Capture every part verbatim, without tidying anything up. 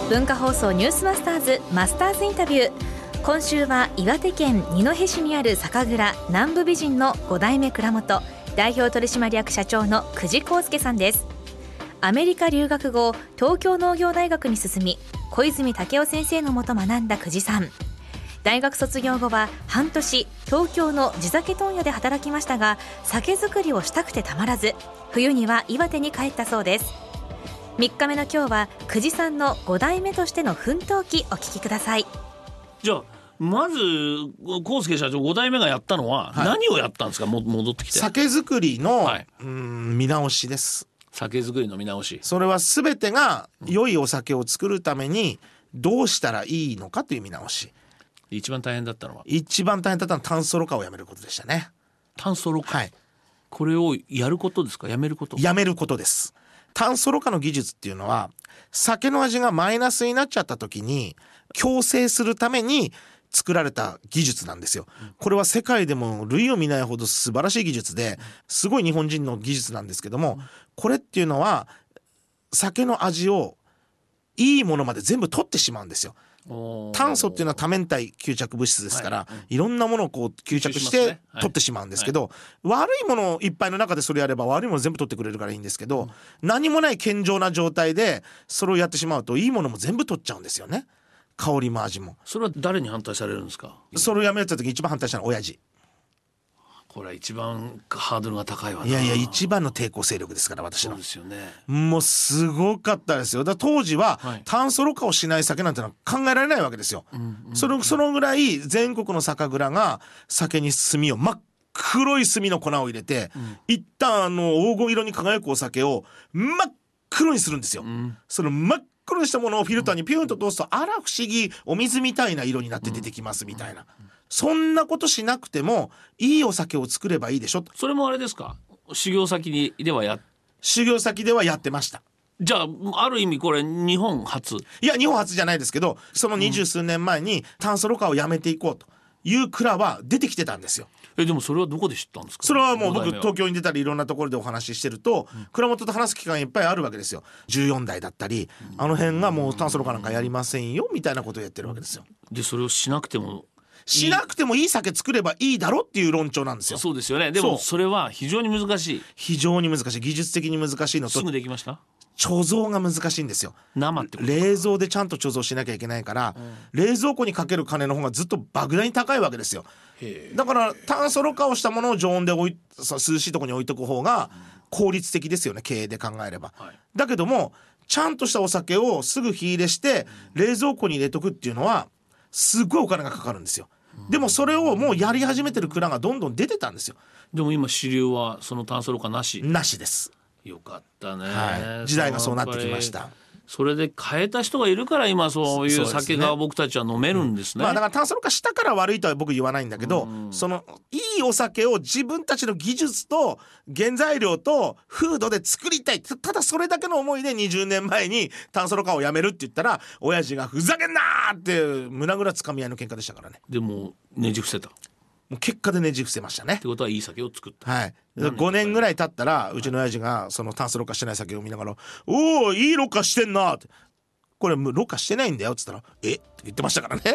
文化放送ニュースマスターズマスターズインタビュー。今週は岩手県二戸市にある酒蔵南部美人のご代目蔵元、代表取締役社長の久慈康介さんです。アメリカ留学後、東京農業大学に進み、小泉武夫先生のもと学んだ久慈さん。大学卒業後は半年東京の地酒問屋で働きましたが、酒造りをしたくてたまらず、冬には岩手に帰ったそうです。みっかめの今日は久慈さんのご代目としての奮闘記お聞きください。 じゃあまず康介社長ご代目がやったのは何をやったんですか、はい、も戻ってきて。 酒造りの、はい、うーん見直しです。 酒造りの見直し。 それは全てが良いお酒を作るためにどうしたらいいのかという見直し。 一番大変だったのは一番大変だったのは炭素ろ過をやめることでしたね。 炭素ろ過、 はい、 これをやることですか、やめること。 やめることです。炭素ろ過の技術っていうのは、酒の味がマイナスになっちゃった時に矯正するために作られた技術なんですよ。これは世界でも類を見ないほど素晴らしい技術で、すごい日本人の技術なんですけども、これっていうのは酒の味をいいものまで全部取ってしまうんですよ。炭素っていうのは多面体吸着物質ですから、はい、いろんなものをこう吸着して取ってしまうんですけど、はいはい、悪いものいっぱいの中でそれやれば悪いもの全部取ってくれるからいいんですけど、うん、何もない健常な状態でそれをやってしまうといいものも全部取っちゃうんですよね。香りも味も。 それは誰に反対されるんですか。 それをやめた時一番反対したのは親父。 これは一番ハードルが高いわな。 いやいや一番の抵抗勢力ですから、私の。 そうですよね。 もうすごかったですよ。だ当時は炭素ろ過をしない酒なんてのは考えられないわけですよ、はい、そのそのぐらい全国の酒蔵が酒に炭を、真っ黒い炭の粉を入れて、うん、一旦あの黄金色に輝くお酒を真っ黒にするんですよ、うん、その真っ黒にしたものをフィルターにピュンと通すと、あら不思議お水みたいな色になって出てきますみたいな、うんうん、そんなことしなくてもいいお酒を作ればいいでしょ。 それもあれですか、修行先にではや修行先ではやってました。 じゃあある意味これ日本初。 いや日本初じゃないですけど、その二十数年前に炭素ろ過をやめていこうという蔵は出てきてたんですよ。 えでもそれはどこで知ったんですか。 それはもう僕東京に出たりいろんなところでお話ししてると、うん、蔵元と話す機会いっぱいあるわけですよ。じゅうよん代だったり、うん、あの辺がもう炭素ろ過なんかやりませんよみたいなことをやってるわけですよ。 でそれをしなくてもしなくてもいい酒作ればいいだろっていう論調なんですよ。 そうですよね。でもそれは非常に難しい。 非常に難しい。技術的に難しいのと、 すぐできました。 貯蔵が難しいんですよ。 生ってこと。 冷蔵でちゃんと貯蔵しなきゃいけないから、うん、冷蔵庫にかける金の方がずっと莫大に高いわけですよ。だから炭素ろ過をしたものを常温で置い涼しいところに置いとく方が効率的ですよね、経営で考えれば、はい、だけどもちゃんとしたお酒をすぐ火入れして冷蔵庫に入れとくっていうのはすごいお金がかかるんですよ。でもそれをもうやり始めてる蔵がどんどん出てたんですよ。 でも今主流はその炭素ろ過なし。 なしです。 よかったね、 はい、時代がそうなってきました。 それで変えた人がいるから今そういう酒が僕たちは飲めるんですね。 まあだから炭素ろ過したから悪いとは僕言わないんだけど、うん、そのいいお酒を自分たちの技術と原材料と風土で作りたい、ただそれだけの思いでにじゅうねんまえに炭素ろ過をやめるって言ったら親父がふざけんなーって胸ぐらつかみ合いの喧嘩でしたからね。 でもねじ伏せた。 もう結果でねじ伏せましたね。 ってことはいい酒を作った。 はい。ごねんぐらい経ったらうちの親父がその炭素ろ過してない酒を見ながら、おーいいろ過してんなって、これろ過してないんだよって言ったら、えって言ってましたからね。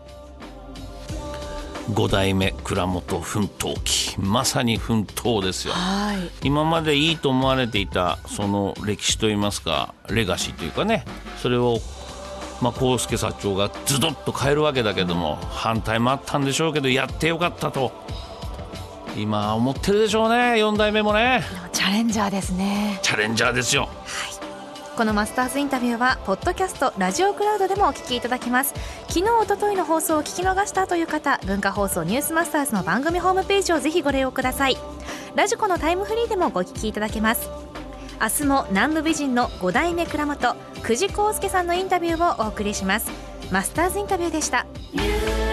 ご代目蔵元奮闘記、まさに奮闘ですよ。 はい。 今までいいと思われていたその歴史といいますかレガシーというかね、それをまあ、康介社長がズドッと変えるわけだけども、反対もあったんでしょうけどやってよかったと今思ってるでしょうね。よん代目もね。 チャレンジャーですね。 チャレンジャーですよ。はい、 このマスターズインタビューはポッドキャストラジオクラウドでもお聞きいただけます。昨日一昨日の放送を聞き逃したという方、文化放送ニュースマスターズの番組ホームページをぜひご利用ください。ラジコのタイムフリーでもご聞きいただけます。明日も南部美人のご代目蔵元久慈康介さんのインタビューをお送りします。マスターズインタビューでした。